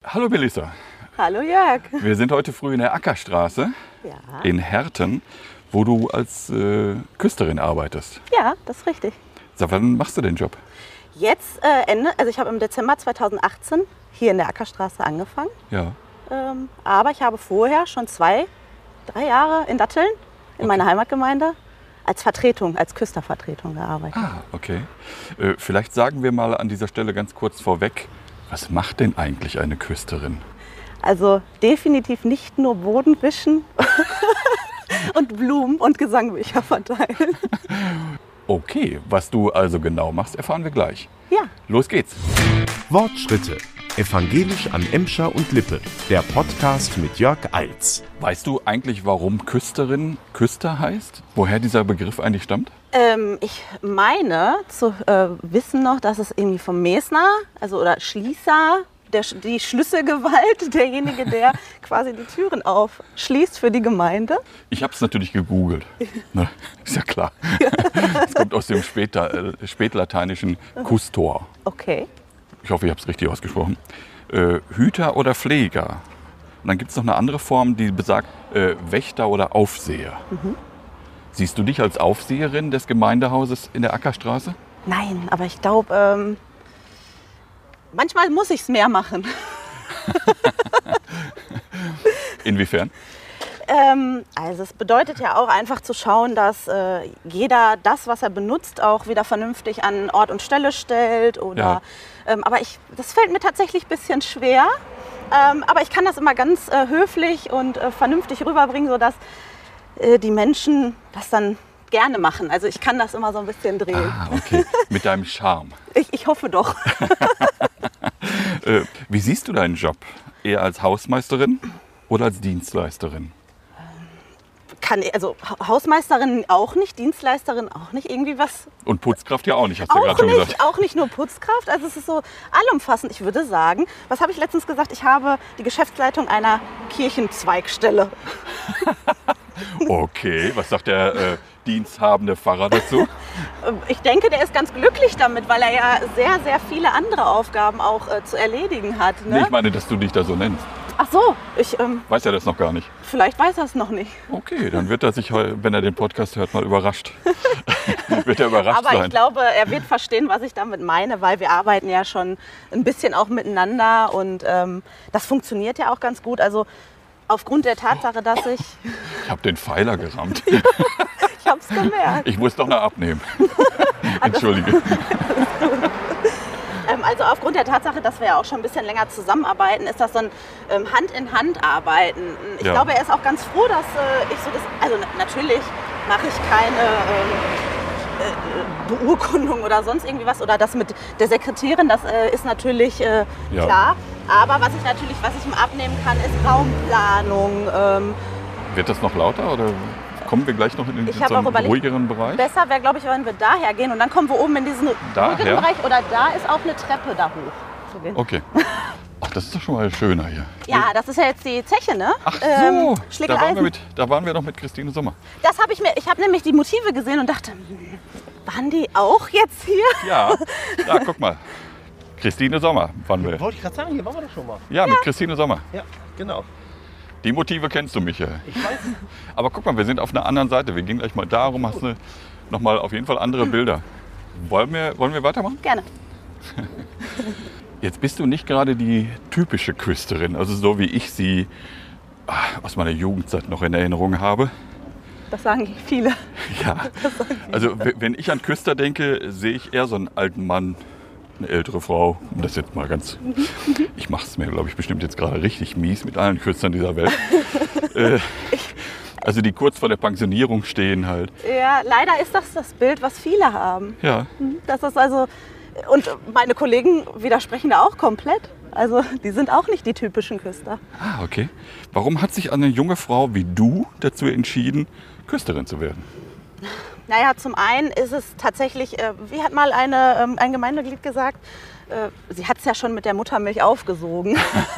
Hallo Melissa. Hallo Jörg. Wir sind heute früh in der Ackerstraße in Herten, wo du als Küsterin arbeitest. Ja, das ist richtig. Seit wann machst du den Job? Jetzt ich habe im Dezember 2018 hier in der Ackerstraße angefangen. Ja. Aber ich habe vorher schon 2-3 Jahre in Datteln, in meiner Heimatgemeinde, als Küstervertretung gearbeitet. Ah, okay. Vielleicht sagen wir mal an dieser Stelle ganz kurz vorweg, was macht denn eigentlich eine Küsterin? Also definitiv nicht nur Boden wischen und Blumen und Gesangbücher verteilen. Okay, was du also genau machst, erfahren wir gleich. Ja. Los geht's. Wortschritte. Evangelisch an Emscher und Lippe. Der Podcast mit Jörg Eils. Weißt du eigentlich, warum Küsterin Küster heißt? Woher dieser Begriff eigentlich stammt? Ich meine zu wissen noch, dass es irgendwie vom Mesner, oder Schließer, die Schlüsselgewalt, derjenige, der quasi die Türen aufschließt für die Gemeinde. Ich habe es natürlich gegoogelt. Ne? Ist ja klar. Es kommt aus dem spätlateinischen Custor. Okay. Ich hoffe, ich habe es richtig ausgesprochen. Hüter oder Pfleger. Und dann gibt es noch eine andere Form, die besagt Wächter oder Aufseher. Mhm. Siehst du dich als Aufseherin des Gemeindehauses in der Ackerstraße? Nein, aber ich glaube, manchmal muss ich es mehr machen. Inwiefern? Es bedeutet ja auch einfach zu schauen, dass jeder das, was er benutzt, auch wieder vernünftig an Ort und Stelle stellt. Oder, aber das fällt mir tatsächlich ein bisschen schwer. Aber ich kann das immer ganz höflich und vernünftig rüberbringen, sodass die Menschen das dann gerne machen. Also ich kann das immer so ein bisschen drehen. Ah, okay. Mit deinem Charme. Ich hoffe doch. Wie siehst du deinen Job? Eher als Hausmeisterin oder als Dienstleisterin? Hausmeisterin auch nicht, Dienstleisterin auch nicht, irgendwie was. Und Putzkraft ja auch nicht, hast du gerade schon gesagt. Auch nicht nur Putzkraft, also es ist so allumfassend. Ich würde sagen, was habe ich letztens gesagt? Ich habe die Geschäftsleitung einer Kirchenzweigstelle. Okay, was sagt der diensthabende Pfarrer dazu? Ich denke, der ist ganz glücklich damit, weil er ja sehr, sehr viele andere Aufgaben auch zu erledigen hat. Ne? Nee, ich meine, dass du dich da so nennst. Ach so, weiß er das noch gar nicht? Vielleicht weiß er es noch nicht. Okay, dann wird er sich, wenn er den Podcast hört, mal überrascht. Wird er überrascht sein. Aber ich glaube, er wird verstehen, was ich damit meine, weil wir arbeiten ja schon ein bisschen auch miteinander und das funktioniert ja auch ganz gut. Also aufgrund der Tatsache, dass ich... Ich habe den Pfeiler gerammt. Ich habe es gemerkt. Ich muss doch noch abnehmen. Entschuldige. Also aufgrund der Tatsache, dass wir ja auch schon ein bisschen länger zusammenarbeiten, ist das so ein Hand-in-Hand-Arbeiten. Ich glaube, er ist auch ganz froh, dass ich so das... Also natürlich mache ich keine Beurkundung oder sonst irgendwie was. Oder das mit der Sekretärin, das ist natürlich klar. Aber was ich ihm abnehmen kann, ist Raumplanung. Wird das noch lauter oder kommen wir gleich noch in so einen ruhigeren Bereich? Besser wäre, glaube ich, wenn wir daher gehen und dann kommen wir oben in diesen ruhigeren Bereich. Oder da ist auch eine Treppe da hoch. Okay. Ach, das ist doch schon mal schöner hier. Ja, das ist ja jetzt die Zeche, ne? Ach so, da waren wir doch mit Christine Sommer. Ich habe nämlich die Motive gesehen und dachte, waren die auch jetzt hier? Ja, guck mal. Christine Sommer waren wir. Wollte ich gerade sagen, hier waren wir doch schon mal. Ja, mit Christine Sommer. Ja, genau. Die Motive kennst du, Michael. Ich weiß. Aber guck mal, wir sind auf einer anderen Seite. Wir gehen gleich mal darum, hast du noch mal auf jeden Fall andere Bilder. Wollen wir weitermachen? Gerne. Jetzt bist du nicht gerade die typische Küsterin, also so wie ich sie aus meiner Jugendzeit noch in Erinnerung habe. Das sagen viele. Ja, also wenn ich an Küster denke, sehe ich eher so einen alten Mann, eine ältere Frau. Und das jetzt mal ganz... Ich mache es mir, glaube ich, bestimmt jetzt gerade richtig mies mit allen Küstern dieser Welt. Also die kurz vor der Pensionierung stehen halt. Ja, leider ist das Bild, was viele haben. Ja. Das ist also... Und meine Kollegen widersprechen da auch komplett. Also die sind auch nicht die typischen Küster. Ah, okay. Warum hat sich eine junge Frau wie du dazu entschieden, Küsterin zu werden? Naja, zum einen ist es tatsächlich, wie hat mal ein Gemeindeglied gesagt, sie hat es ja schon mit der Muttermilch aufgesogen.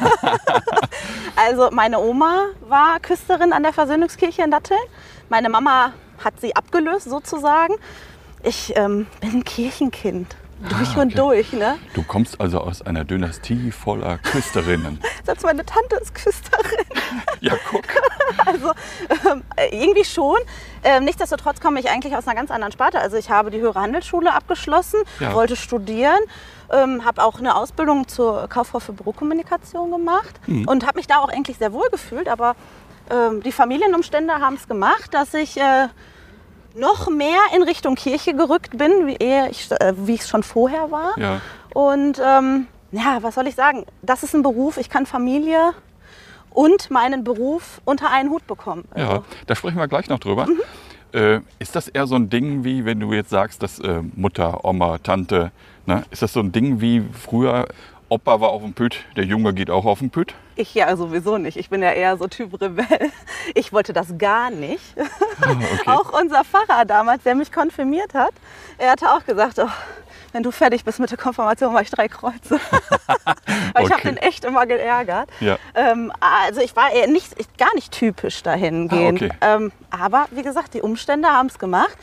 Also meine Oma war Küsterin an der Versöhnungskirche in Datteln. Meine Mama hat sie abgelöst sozusagen. Ich bin ein Kirchenkind. durch und durch. Ne? Du kommst also aus einer Dynastie voller Küsterinnen. Selbst meine Tante ist Küsterin. Ja, guck. Also irgendwie schon. Nichtsdestotrotz komme ich eigentlich aus einer ganz anderen Sparte. Also ich habe die Höhere Handelsschule abgeschlossen, wollte studieren, habe auch eine Ausbildung zur Kauffrau für Bürokommunikation gemacht und habe mich da auch eigentlich sehr wohl gefühlt. Aber die Familienumstände haben es gemacht, dass ich noch mehr in Richtung Kirche gerückt bin, wie ich es schon vorher war. Ja. Und was soll ich sagen? Das ist ein Beruf, ich kann Familie und meinen Beruf unter einen Hut bekommen. Also. Ja, da sprechen wir gleich noch drüber. Ist das eher so ein Ding wie, wenn du jetzt sagst, dass Mutter, Oma, Tante, ne? Ist das so ein Ding wie früher, Opa war auf dem Püt, der Junge geht auch auf den Püt? Ich ja sowieso nicht. Ich bin ja eher so Typ Rebell. Ich wollte das gar nicht. Okay. Auch unser Pfarrer damals, der mich konfirmiert hat, er hatte auch gesagt, oh, wenn du fertig bist mit der Konfirmation, war ich 3 Kreuze. Weil ich habe den echt immer geärgert. Ja. Also ich war eher gar nicht typisch dahingehend. Okay. Aber wie gesagt, die Umstände haben es gemacht.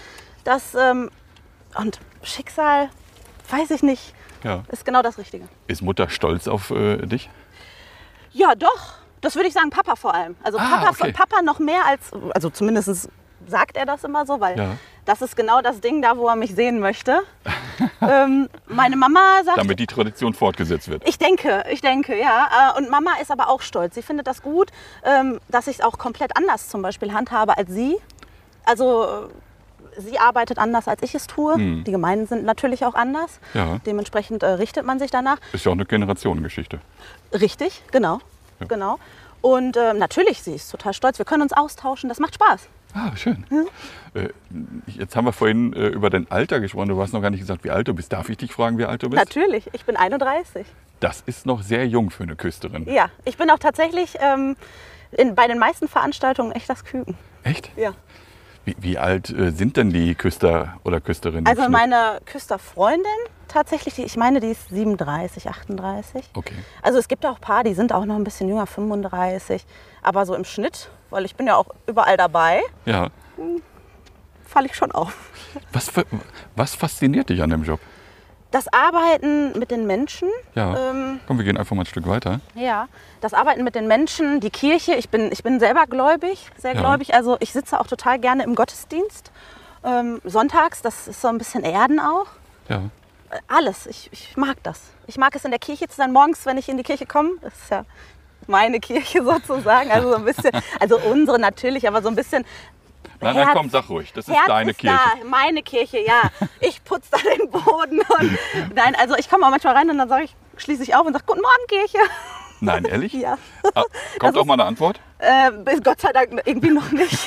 Und Schicksal, weiß ich nicht, ist genau das Richtige. Ist Mutter stolz auf dich? Ja, doch. Das würde ich sagen, Papa vor allem. Also Papa noch mehr also zumindest sagt er das immer so, weil das ist genau das Ding da, wo er mich sehen möchte. Meine Mama sagt... Damit die Tradition fortgesetzt wird. Ich denke, ja. Und Mama ist aber auch stolz. Sie findet das gut, dass ich es auch komplett anders zum Beispiel handhabe als sie. Also sie arbeitet anders, als ich es tue. Die Gemeinden sind natürlich auch anders. Ja. Dementsprechend richtet man sich danach. Ist ja auch eine Generationengeschichte. Richtig, genau. Ja. Genau. Und natürlich, sie ist total stolz. Wir können uns austauschen, das macht Spaß. Ah, schön. Jetzt haben wir vorhin über dein Alter gesprochen. Du hast noch gar nicht gesagt, wie alt du bist. Darf ich dich fragen, wie alt du bist? Natürlich, ich bin 31. Das ist noch sehr jung für eine Küsterin. Ja, ich bin auch tatsächlich bei den meisten Veranstaltungen echt das Küken. Echt? Ja. Wie alt sind denn die Küster oder Küsterinnen? Also meine Küsterfreundin tatsächlich, ich meine, die ist 37, 38. Okay. Also es gibt auch ein paar, die sind auch noch ein bisschen jünger, 35. Aber so im Schnitt, weil ich bin ja auch überall dabei, falle ich schon auf. Was fasziniert dich an dem Job? Das Arbeiten mit den Menschen. Ja. Komm, wir gehen einfach mal ein Stück weiter. Ja, das Arbeiten mit den Menschen, die Kirche. Ich bin selber gläubig, sehr gläubig. Also ich sitze auch total gerne im Gottesdienst. Sonntags, das ist so ein bisschen Erden auch. Ja. Alles, ich mag das. Ich mag es, in der Kirche zu sein. Morgens, wenn ich in die Kirche komme, das ist ja meine Kirche sozusagen. Also so ein bisschen, also unsere natürlich, aber so ein bisschen... Nein, komm, sag ruhig, das ist Herz deine ist Kirche. Da, meine Kirche, ja. Ich putze da den Boden. Nein, also ich komme auch manchmal rein und dann schließe ich auf und sage, guten Morgen, Kirche. Nein, ehrlich? Ja. Kommt auch mal eine Antwort? Gott sei Dank irgendwie noch nicht.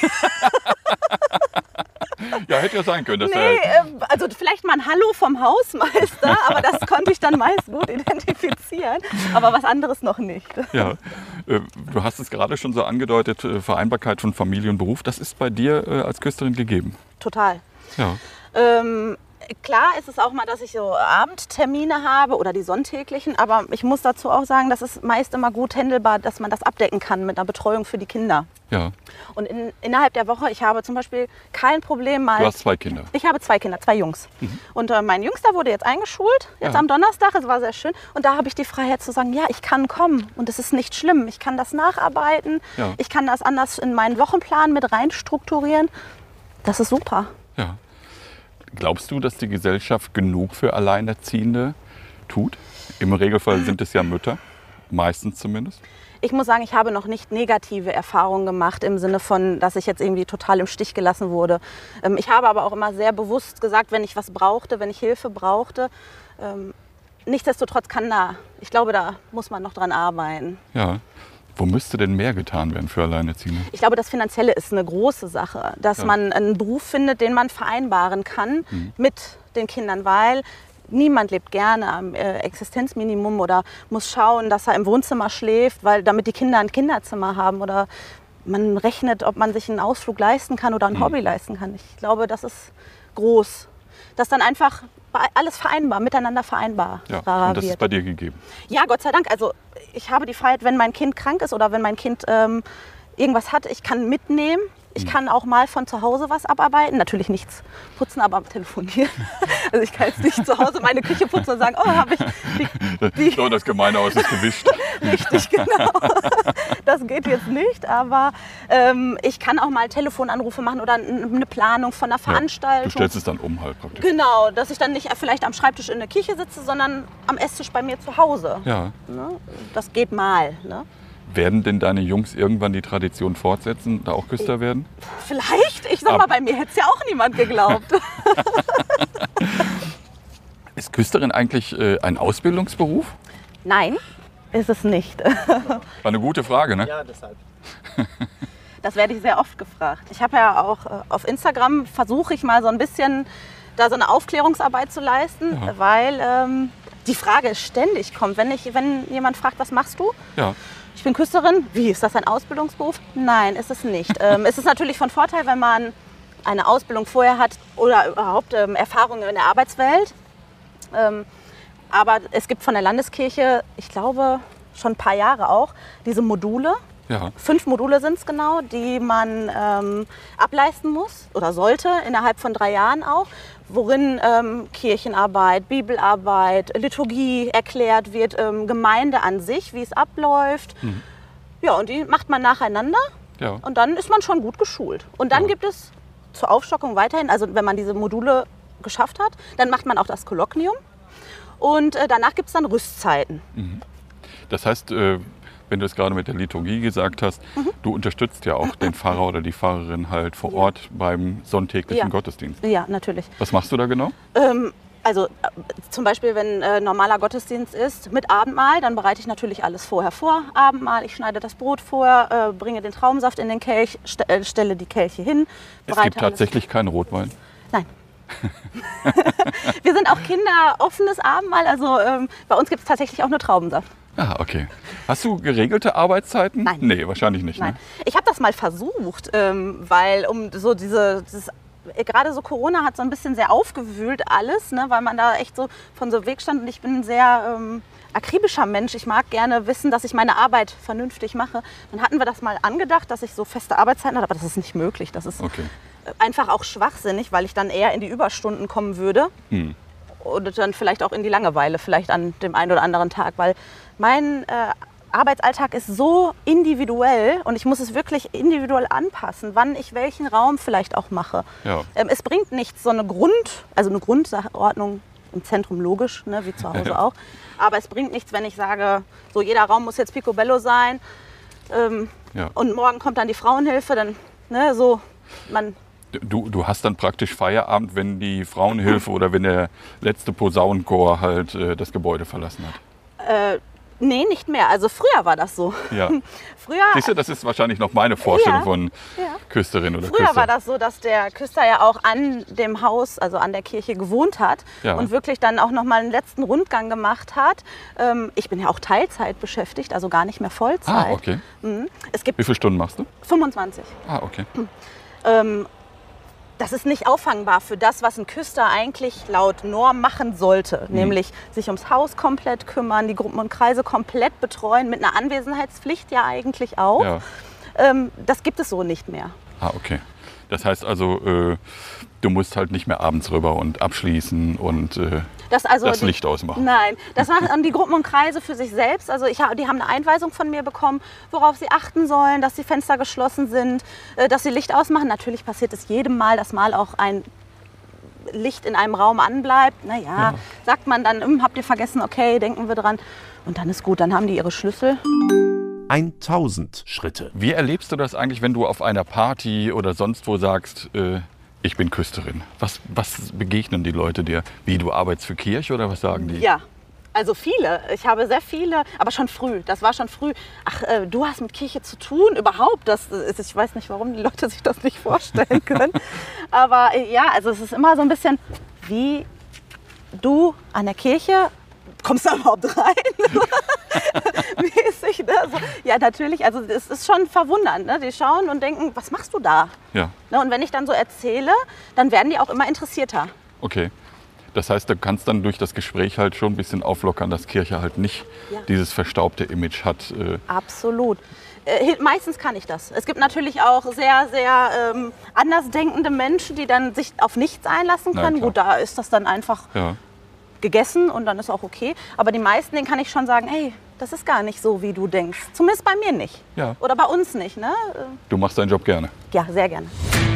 Ja, hätte ja sein können. Dass also vielleicht mal ein Hallo vom Hausmeister, aber das konnte ich dann meist gut identifizieren. Aber was anderes noch nicht. Ja, du hast es gerade schon so angedeutet, Vereinbarkeit von Familie und Beruf, das ist bei dir als Küsterin gegeben. Total. Ja. Klar ist es auch mal, dass ich so Abendtermine habe oder die sonntäglichen, aber ich muss dazu auch sagen, das ist meist immer gut händelbar, dass man das abdecken kann mit einer Betreuung für die Kinder. Ja. Und innerhalb der Woche, ich habe zum Beispiel kein Problem mal... Du hast 2 Kinder. Ich habe 2 Kinder, 2 Jungs. Und mein Jüngster wurde jetzt eingeschult, jetzt am Donnerstag, es war sehr schön. Und da habe ich die Freiheit zu sagen, ja, ich kann kommen und es ist nicht schlimm. Ich kann das nacharbeiten, ich kann das anders in meinen Wochenplan mit rein strukturieren. Das ist super. Ja. Glaubst du, dass die Gesellschaft genug für Alleinerziehende tut? Im Regelfall sind es ja Mütter, meistens zumindest. Ich muss sagen, ich habe noch nicht negative Erfahrungen gemacht im Sinne von, dass ich jetzt irgendwie total im Stich gelassen wurde. Ich habe aber auch immer sehr bewusst gesagt, wenn ich was brauchte, wenn ich Hilfe brauchte. Nichtsdestotrotz ich glaube, da muss man noch dran arbeiten. Ja. Wo müsste denn mehr getan werden für Alleinerziehende? Ich glaube, das Finanzielle ist eine große Sache, dass man einen Beruf findet, den man vereinbaren kann mit den Kindern, weil niemand lebt gerne am Existenzminimum oder muss schauen, dass er im Wohnzimmer schläft, damit die Kinder ein Kinderzimmer haben oder man rechnet, ob man sich einen Ausflug leisten kann oder ein Hobby leisten kann. Ich glaube, das ist groß. Dass dann einfach alles miteinander vereinbar wird. Und das ist bei dir gegeben? Ja, Gott sei Dank. Also ich habe die Freiheit, wenn mein Kind krank ist oder wenn mein Kind irgendwas hat, ich kann mitnehmen. Ich kann auch mal von zu Hause was abarbeiten. Natürlich nichts putzen, aber telefonieren. Also ich kann jetzt nicht zu Hause meine Küche putzen und sagen, oh, habe ich So, das Gemeinhaus ist gewischt. Richtig, genau. Das geht jetzt nicht, aber ich kann auch mal Telefonanrufe machen oder eine Planung von einer Veranstaltung. Du stellst es dann um halt praktisch. Genau, dass ich dann nicht vielleicht am Schreibtisch in der Küche sitze, sondern am Esstisch bei mir zu Hause. Ja. Ne? Das geht mal. Ne? Werden denn deine Jungs irgendwann die Tradition fortsetzen, da auch Küster werden? Vielleicht. Ich sag mal, bei mir hätte es ja auch niemand geglaubt. Ist Küsterin eigentlich ein Ausbildungsberuf? Nein, ist es nicht. War eine gute Frage, ne? Ja, deshalb. Das werde ich sehr oft gefragt. Ich habe ja auch auf Instagram, versuche ich mal so ein bisschen da so eine Aufklärungsarbeit zu leisten, weil die Frage ständig kommt. Wenn jemand fragt, was machst du? Ja. Ich bin Küsterin. Wie, ist das ein Ausbildungsberuf? Nein, ist es nicht. Es ist natürlich von Vorteil, wenn man eine Ausbildung vorher hat oder überhaupt Erfahrungen in der Arbeitswelt. Aber es gibt von der Landeskirche, ich glaube schon ein paar Jahre auch, diese Module. Ja. 5 Module sind es genau, die man ableisten muss oder sollte innerhalb von 3 Jahren auch, worin Kirchenarbeit, Bibelarbeit, Liturgie erklärt wird, Gemeinde an sich, wie es abläuft. Mhm. Ja, und die macht man nacheinander und dann ist man schon gut geschult. Und dann gibt es zur Aufstockung weiterhin, also wenn man diese Module geschafft hat, dann macht man auch das Kolloquium und danach gibt es dann Rüstzeiten. Mhm. Das heißt, wenn du es gerade mit der Liturgie gesagt hast, du unterstützt ja auch den Pfarrer oder die Pfarrerin halt vor Ort beim sonntäglichen Gottesdienst. Ja, natürlich. Was machst du da genau? Also zum Beispiel, wenn normaler Gottesdienst ist mit Abendmahl, dann bereite ich natürlich alles vorher vor. Abendmahl, ich schneide das Brot vor, bringe den Traubensaft in den Kelch, stelle die Kelche hin. Es gibt tatsächlich keinen Rotwein? Nein. Wir sind auch kinderoffenes Abendmahl, also bei uns gibt es tatsächlich auch nur Traubensaft. Ah, okay. Hast du geregelte Arbeitszeiten? Nein. Nee, wahrscheinlich nicht. Nein. Ne? Ich habe das mal versucht, weil so gerade so Corona hat so ein bisschen sehr aufgewühlt alles, ne, weil man da echt so von so Weg stand und ich bin ein sehr akribischer Mensch. Ich mag gerne wissen, dass ich meine Arbeit vernünftig mache. Dann hatten wir das mal angedacht, dass ich so feste Arbeitszeiten habe, aber das ist nicht möglich. Das ist einfach auch schwachsinnig, weil ich dann eher in die Überstunden kommen würde. Und dann vielleicht auch in die Langeweile, vielleicht an dem einen oder anderen Tag, weil mein Arbeitsalltag ist so individuell und ich muss es wirklich individuell anpassen, wann ich welchen Raum vielleicht auch mache. Ja. Es bringt nichts, so eine Grundordnung im Zentrum logisch, ne, wie zu Hause auch, aber es bringt nichts, wenn ich sage, so jeder Raum muss jetzt picobello sein und morgen kommt dann die Frauenhilfe, dann so, man... Du hast dann praktisch Feierabend, wenn die Frauenhilfe oder wenn der letzte Posaunenchor halt das Gebäude verlassen hat? Nee, nicht mehr. Also früher war das so. Ja. Siehst du, das ist wahrscheinlich noch meine Vorstellung von Küsterin oder Küster. Früher war das so, dass der Küster ja auch an dem Haus, also an der Kirche gewohnt hat und wirklich dann auch noch mal einen letzten Rundgang gemacht hat. Ich bin ja auch Teilzeit beschäftigt, also gar nicht mehr Vollzeit. Ah, okay. Wie viele Stunden machst du? 25. Ah, okay. Das ist nicht auffangbar für das, was ein Küster eigentlich laut Norm machen sollte. Nämlich sich ums Haus komplett kümmern, die Gruppen und Kreise komplett betreuen, mit einer Anwesenheitspflicht ja eigentlich auch. Ja. Das gibt es so nicht mehr. Ah, okay. Das heißt also, du musst halt nicht mehr abends rüber und abschließen und das Licht ausmachen. Nein, das machen die Gruppen und Kreise für sich selbst. Also die haben eine Einweisung von mir bekommen, worauf sie achten sollen, dass die Fenster geschlossen sind, dass sie Licht ausmachen. Natürlich passiert es jedem Mal, dass mal auch ein Licht in einem Raum anbleibt. Sagt man dann, habt ihr vergessen, okay, denken wir dran. Und dann ist gut, dann haben die ihre Schlüssel. 1000 Schritte. Wie erlebst du das eigentlich, wenn du auf einer Party oder sonst wo sagst, ich bin Küsterin? Was begegnen die Leute dir? Wie, du arbeitest für Kirche oder was sagen die? Ja, also viele. Ich habe sehr viele, aber schon früh. Das war schon früh. Ach, du hast mit Kirche zu tun? Überhaupt? Ich weiß nicht, warum die Leute sich das nicht vorstellen können. Aber also es ist immer so ein bisschen, wie du an der Kirche... Kommst du da überhaupt rein? Mäßig, ne? So, ja, natürlich. Also es ist schon verwundernd. Ne? Die schauen und denken, was machst du da? Ja. Ne? Und wenn ich dann so erzähle, dann werden die auch immer interessierter. Okay. Das heißt, du kannst dann durch das Gespräch halt schon ein bisschen auflockern, dass Kirche halt nicht dieses verstaubte Image hat. Absolut. Meistens kann ich das. Es gibt natürlich auch sehr, sehr andersdenkende Menschen, die dann sich auf nichts einlassen können. Gut, da ist das dann einfach gegessen und dann ist auch okay. Aber die meisten, denen kann ich schon sagen, hey, das ist gar nicht so, wie du denkst. Zumindest bei mir nicht. Ja. Oder bei uns nicht. Ne? Du machst deinen Job gerne. Ja, sehr gerne.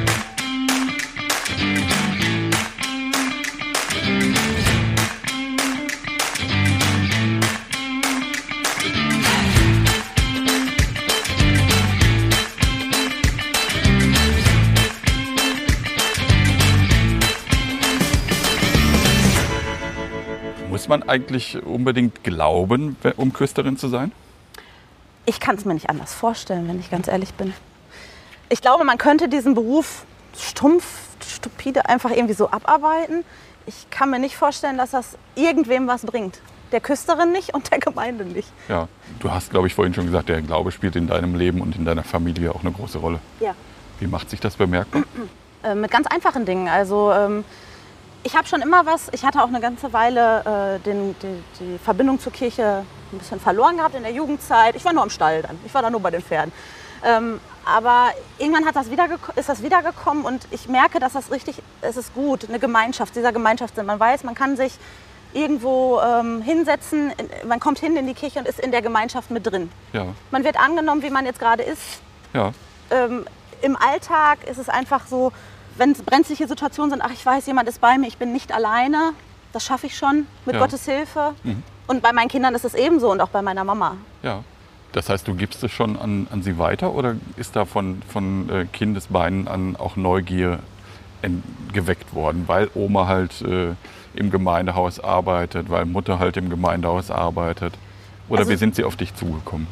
Muss man eigentlich unbedingt glauben, um Küsterin zu sein? Ich kann es mir nicht anders vorstellen, wenn ich ganz ehrlich bin. Ich glaube, man könnte diesen Beruf stumpf, stupide einfach irgendwie so abarbeiten. Ich kann mir nicht vorstellen, dass das irgendwem was bringt. Der Küsterin nicht und der Gemeinde nicht. Ja, du hast, glaube ich, vorhin schon gesagt, der Glaube spielt in deinem Leben und in deiner Familie auch eine große Rolle. Ja. Wie macht sich das bemerkbar? Mit ganz einfachen Dingen. Also ich habe schon immer ich hatte auch eine ganze Weile die Verbindung zur Kirche ein bisschen verloren gehabt in der Jugendzeit. Ich war nur am Stall dann, ich war da nur bei den Pferden. Aber irgendwann ist das wiedergekommen und ich merke, dass es ist gut, eine Gemeinschaft, dieser Gemeinschaftssinn. Man weiß, man kann sich irgendwo hinsetzen, man kommt hin in die Kirche und ist in der Gemeinschaft mit drin. Ja. Man wird angenommen, wie man jetzt gerade ist. Ja. Im Alltag ist es einfach so, wenn es brenzliche Situationen sind, ach, ich weiß, jemand ist bei mir, ich bin nicht alleine, das schaffe ich schon mit Gottes Hilfe. Mhm. Und bei meinen Kindern ist es ebenso und auch bei meiner Mama. Ja. Das heißt, du gibst es schon an sie weiter oder ist da von Kindesbeinen an auch Neugier geweckt worden, weil Oma halt im Gemeindehaus arbeitet, weil Mutter halt im Gemeindehaus arbeitet? Oder wie sind sie auf dich zugekommen?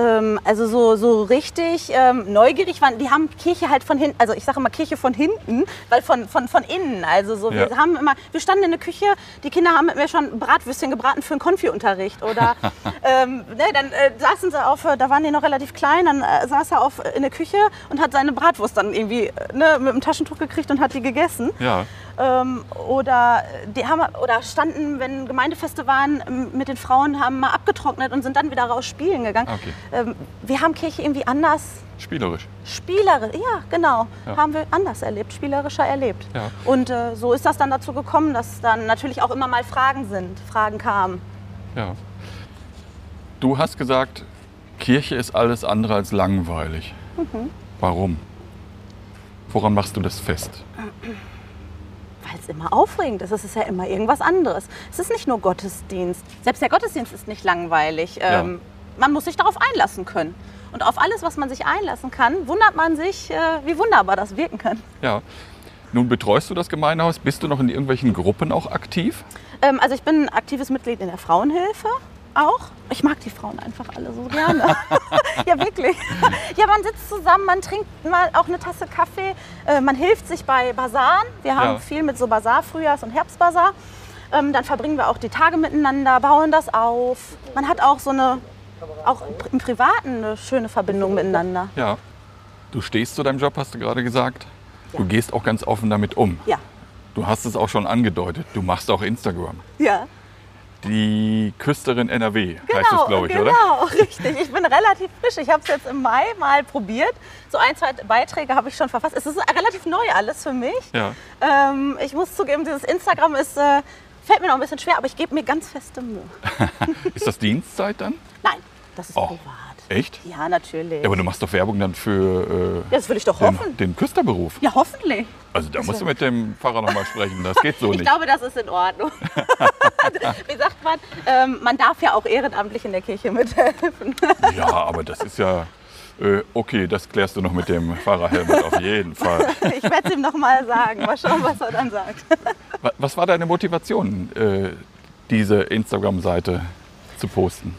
Also so richtig neugierig waren, die haben Kirche halt von hinten, also ich sage immer Kirche von hinten, weil von innen, also so, wir standen in der Küche, die Kinder haben mit mir schon Bratwürstchen gebraten für einen Konfi-Unterricht oder dann saßen sie da waren die noch relativ klein, dann saß er in der Küche und hat seine Bratwurst dann irgendwie mit dem Taschentuch gekriegt und hat die gegessen. Ja. Oder standen, wenn Gemeindefeste waren, mit den Frauen, haben mal abgetrocknet und sind dann wieder raus spielen gegangen. Okay. Wir haben Kirche irgendwie anders. Spielerisch, ja, genau. Ja. Haben wir anders erlebt, spielerischer erlebt. Ja. Und so ist das dann dazu gekommen, dass dann natürlich auch immer mal Fragen kamen. Ja. Du hast gesagt, Kirche ist alles andere als langweilig. Mhm. Warum? Woran machst du das fest? Weil es immer aufregend ist. Es ist ja immer irgendwas anderes. Es ist nicht nur Gottesdienst. Selbst der Gottesdienst ist nicht langweilig. Ja. Man muss sich darauf einlassen können. Und auf alles, was man sich einlassen kann, wundert man sich, wie wunderbar das wirken kann. Ja. Nun betreust du das Gemeindehaus. Bist du noch in irgendwelchen Gruppen auch aktiv? Also ich bin ein aktives Mitglied in der Frauenhilfe auch. Ich mag die Frauen einfach alle so gerne. Ja, wirklich. Ja, man sitzt zusammen, man trinkt mal auch eine Tasse Kaffee. Man hilft sich bei Basaren. Wir haben viel mit so Basar, Frühjahrs- und Herbstbasar. Dann verbringen wir auch die Tage miteinander, bauen das auf. Man hat auch auch im Privaten eine schöne Verbindung miteinander. Ja. Du stehst zu deinem Job, hast du gerade gesagt. Ja. Du gehst auch ganz offen damit um. Ja. Du hast es auch schon angedeutet. Du machst auch Instagram. Ja. Die Küsterin NRW heißt es, glaube ich, oder? Genau, richtig. Ich bin relativ frisch. Ich habe es jetzt im Mai mal probiert. So 1, 2 Beiträge habe ich schon verfasst. Es ist relativ neu alles für mich. Ja. Ich muss zugeben, dieses Instagram fällt mir noch ein bisschen schwer, aber ich gebe mir ganz feste Mühe. Ist das Dienstzeit dann? Nein, das ist privat. Echt? Ja, natürlich. Ja, aber du machst doch Werbung dann für das will ich doch hoffen. Den Küsterberuf. Ja, hoffentlich. Also da musst du mit dem Pfarrer noch mal sprechen. Das geht so nicht. Ich glaube, das ist in Ordnung. Wie sagt man darf ja auch ehrenamtlich in der Kirche mithelfen. Ja, aber das ist ja... okay, das klärst du noch mit dem Pfarrer Helmut auf jeden Fall. Ich werde es ihm noch mal sagen. Mal schauen, was er dann sagt. Was war deine Motivation, diese Instagram-Seite zu posten?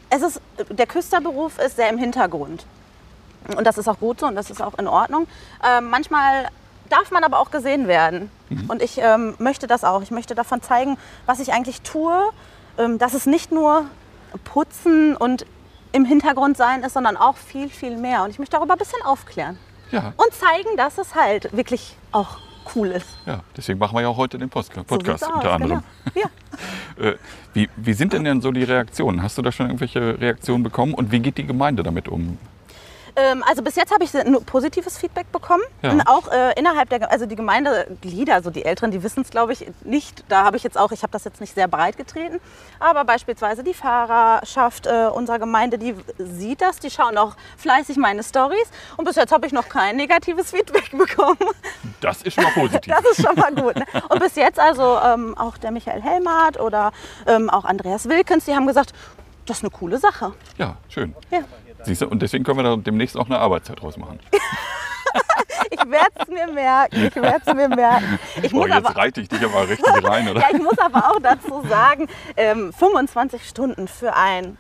Der Küsterberuf ist sehr im Hintergrund. Und das ist auch gut so und das ist auch in Ordnung. Manchmal darf man aber auch gesehen werden. Mhm. Und ich möchte das auch. Ich möchte davon zeigen, was ich eigentlich tue. Dass es nicht nur Putzen und im Hintergrund sein ist, sondern auch viel, viel mehr. Und ich möchte darüber ein bisschen aufklären. Ja. Und zeigen, dass es halt wirklich auch cool ist. Ja, deswegen machen wir ja auch heute den Podcast sieht's aus, unter anderem. Genau. Ja. Wie sind denn so die Reaktionen? Hast du da schon irgendwelche Reaktionen bekommen? Und wie geht die Gemeinde damit um? Also bis jetzt habe ich nur positives Feedback bekommen. Ja. Und auch innerhalb also die Gemeindeglieder, also die Älteren, die wissen es, glaube ich, nicht. Da habe ich habe das jetzt nicht sehr breit getreten. Aber beispielsweise die Fahrerschaft unserer Gemeinde, die sieht das, die schauen auch fleißig meine Stories. Und bis jetzt habe ich noch kein negatives Feedback bekommen. Das ist schon mal positiv. Das ist schon mal gut. Ne? Und bis jetzt also auch der Michael Helmert oder auch Andreas Wilkens, die haben gesagt, das ist eine coole Sache. Ja, schön. Ja. Siehst du, und deswegen können wir da demnächst auch eine Arbeitszeit draus machen. Ich werde es mir merken. Jetzt reite ich dich aber richtig rein, oder? Ja, ich muss aber auch dazu sagen, 25 Stunden für ein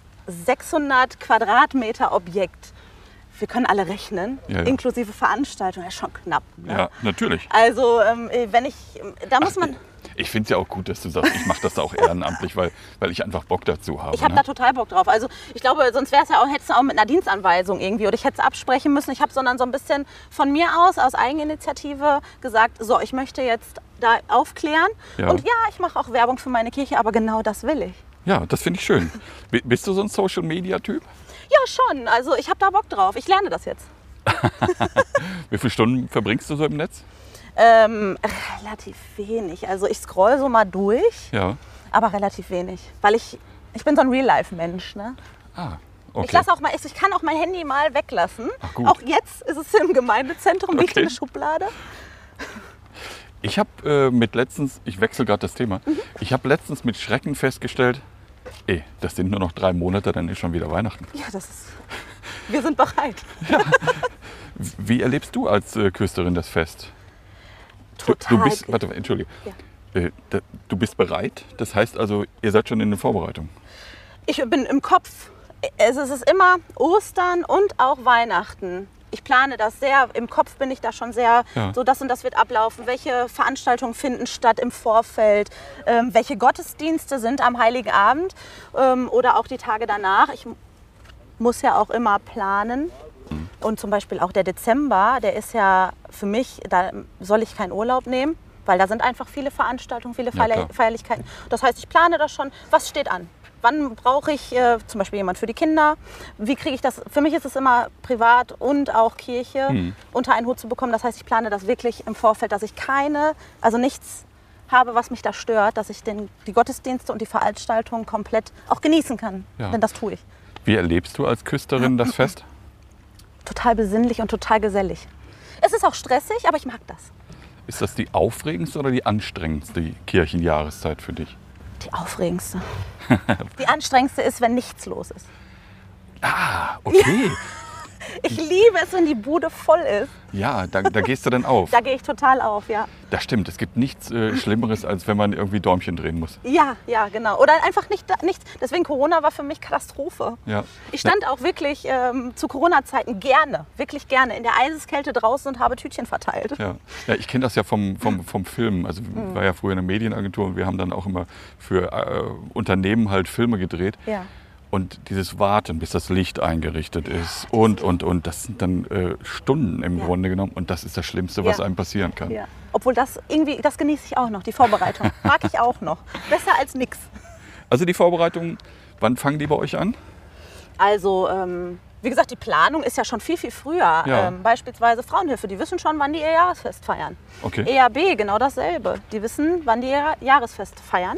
600 Quadratmeter Objekt. Wir können alle rechnen, Ja. inklusive Veranstaltung, ist schon knapp. Ne? Ja, natürlich. Also da muss man... Ich finde es ja auch gut, dass du sagst, ich mache das da auch ehrenamtlich, weil ich einfach Bock dazu habe. Ich habe da total Bock drauf. Also ich glaube, sonst hättest du auch mit einer Dienstanweisung irgendwie oder ich hätte es absprechen müssen. Ich habe sondern so ein bisschen von mir aus Eigeninitiative gesagt, so, ich möchte jetzt da aufklären. Ja. Und ja, ich mache auch Werbung für meine Kirche, aber genau das will ich. Ja, das finde ich schön. Bist du so ein Social-Media-Typ? Ja, schon. Also ich habe da Bock drauf. Ich lerne das jetzt. Wie viele Stunden verbringst du so im Netz? Relativ wenig. Also ich scroll so mal durch, Ja. aber relativ wenig. Weil ich bin so ein Real-Life-Mensch. Ne? Ah, okay. Ich kann auch mein Handy mal weglassen. Ach, gut. Auch jetzt ist es im Gemeindezentrum, liegt in Okay. der Schublade. Ich habe ich wechsle gerade das Thema, ich habe letztens mit Schrecken festgestellt, das sind nur noch 3 Monate, dann ist schon wieder Weihnachten. Ja, wir sind bereit. Wie erlebst du als Küsterin das Fest? Total. Du bist, entschuldige. Du bist bereit? Das heißt also, ihr seid schon in der Vorbereitung? Ich bin im Kopf. Es ist immer Ostern und auch Weihnachten. Ich plane das sehr. Im Kopf bin ich da schon sehr, Ja. so das und das wird ablaufen. Welche Veranstaltungen finden statt im Vorfeld? Welche Gottesdienste sind am Heiligen Abend oder auch die Tage danach? Ich muss ja auch immer planen. Und zum Beispiel auch der Dezember, der ist ja für mich, da soll ich keinen Urlaub nehmen, weil da sind einfach viele Veranstaltungen, viele Ja, klar. Feierlichkeiten. Das heißt, ich plane das schon. Was steht an? Wann brauche ich zum Beispiel jemand für die Kinder? Wie kriege ich das? Für mich ist es immer privat und auch Kirche unter einen Hut zu bekommen. Das heißt, ich plane das wirklich im Vorfeld, dass ich nichts habe, was mich da stört, dass ich die Gottesdienste und die Veranstaltungen komplett auch genießen kann. Ja. Denn das tue ich. Wie erlebst du als Küsterin das Fest? Total besinnlich und total gesellig. Es ist auch stressig, aber ich mag das. Ist das die aufregendste oder die anstrengendste Kirchenjahreszeit für dich? Die aufregendste. Die anstrengendste ist, wenn nichts los ist. Ah, okay. Ich liebe es, wenn die Bude voll ist. Ja, da gehst du dann auf. Da gehe ich total auf, ja. Das stimmt, es gibt nichts Schlimmeres, als wenn man irgendwie Däumchen drehen muss. Ja, genau. Oder einfach nichts. Deswegen Corona war für mich Katastrophe. Ja. Ich stand auch wirklich zu Corona-Zeiten wirklich gerne in der Eiseskälte draußen und habe Tütchen verteilt. Ja, ich kenne das ja vom Film. Also ich war ja früher in einer Medienagentur und wir haben dann auch immer für Unternehmen halt Filme gedreht. Ja. Und dieses Warten, bis das Licht eingerichtet ist und, das sind dann Stunden im Grunde genommen. Und das ist das Schlimmste, was Ja. einem passieren kann. Ja. Obwohl das genieße ich auch noch, die Vorbereitung. Mag ich auch noch. Besser als nix. Also die Vorbereitungen, wann fangen die bei euch an? Also, wie gesagt, die Planung ist ja schon viel, viel früher. Ja. Beispielsweise Frauenhilfe, die wissen schon, wann die ihr Jahresfest feiern. Okay. EAB, genau dasselbe. Die wissen, wann die ihr Jahresfest feiern.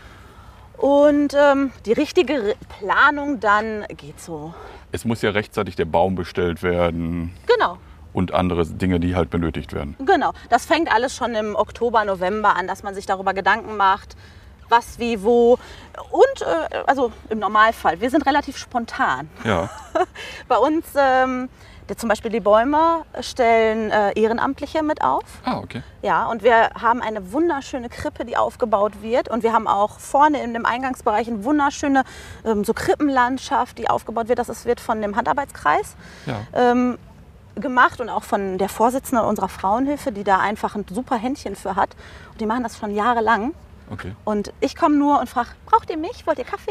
Und die richtige Planung dann geht so. Es muss ja rechtzeitig der Baum bestellt werden Genau. und andere Dinge, die halt benötigt werden. Genau, das fängt alles schon im Oktober, November an, dass man sich darüber Gedanken macht, was, wie, wo. Und also im Normalfall, wir sind relativ spontan. Ja, Bei uns, zum Beispiel die Bäume stellen Ehrenamtliche mit auf. okay. Ja, und wir haben eine wunderschöne Krippe, die aufgebaut wird. Und wir haben auch vorne in dem Eingangsbereich eine wunderschöne so Krippenlandschaft, die aufgebaut wird. Das wird von dem Handarbeitskreis Ja. gemacht und auch von der Vorsitzenden unserer Frauenhilfe, die da einfach ein super Händchen für hat. Und die machen das schon jahrelang. Okay. Und ich komme nur und frage, braucht ihr mich? Wollt ihr Kaffee?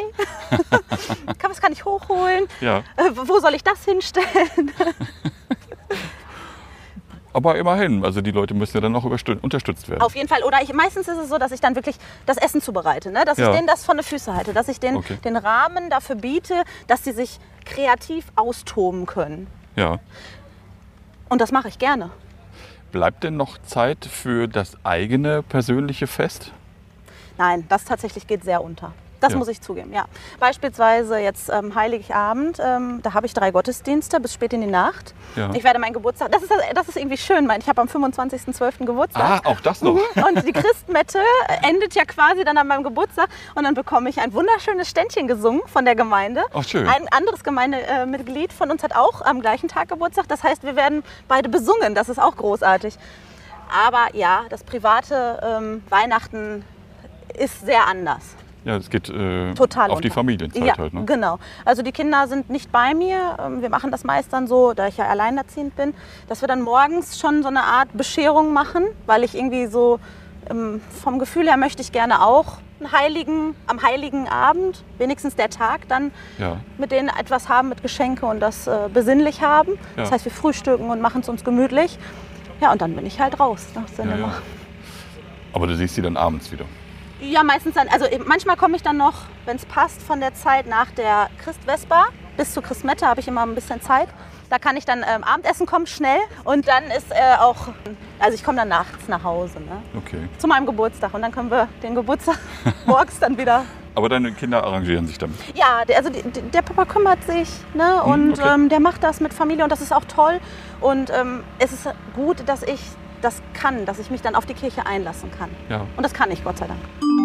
Was kann ich hochholen? Ja. Wo soll ich das hinstellen? Aber immerhin, also die Leute müssen ja dann auch unterstützt werden. Auf jeden Fall. Oder meistens ist es so, dass ich dann wirklich das Essen zubereite. Ne? Dass ich denen das von den Füßen halte. Dass ich denen den Rahmen dafür biete, dass sie sich kreativ austoben können. Ja. Und das mache ich gerne. Bleibt denn noch Zeit für das eigene persönliche Fest? Nein, das tatsächlich geht sehr unter. Das muss ich zugeben, ja. Beispielsweise jetzt Heiligabend, da habe ich 3 Gottesdienste bis spät in die Nacht. Ja. Ich werde meinen Geburtstag, das ist irgendwie schön, ich habe am 25.12. Geburtstag. Ah, auch das noch. Und die Christmette endet ja quasi dann an meinem Geburtstag und dann bekomme ich ein wunderschönes Ständchen gesungen von der Gemeinde. Ach, schön. Ein anderes Gemeindemitglied von uns hat auch am gleichen Tag Geburtstag, das heißt, wir werden beide besungen, das ist auch großartig. Aber ja, das private Weihnachten ist sehr anders. Ja, es geht Total auf die Familienzeit ja, halt. Ne? Genau. Also die Kinder sind nicht bei mir. Wir machen das meist dann so, da ich ja alleinerziehend bin, dass wir dann morgens schon so eine Art Bescherung machen, weil ich irgendwie so vom Gefühl her möchte ich gerne auch am Heiligen Abend, wenigstens der Tag, dann mit denen etwas haben mit Geschenke und das besinnlich haben. Ja. Das heißt, wir frühstücken und machen es uns gemütlich. Ja, und dann bin ich halt raus nach Cinema. Ja. Aber du siehst sie dann abends wieder? Ja, meistens dann. Also manchmal komme ich dann noch, wenn es passt, von der Zeit nach der Christvesper bis zur Christmette habe ich immer ein bisschen Zeit. Da kann ich dann Abendessen kommen, schnell. Und dann ist auch, also ich komme dann nachts nach Hause, ne? Okay. Zu meinem Geburtstag. Und dann können wir den Geburtstag morgens dann wieder... Aber deine Kinder arrangieren sich damit? Ja, der Papa kümmert sich, ne? Und der macht das mit Familie und das ist auch toll. Und es ist gut, dass ich das kann, dass ich mich dann auf die Kirche einlassen kann. Ja. Und das kann ich, Gott sei Dank.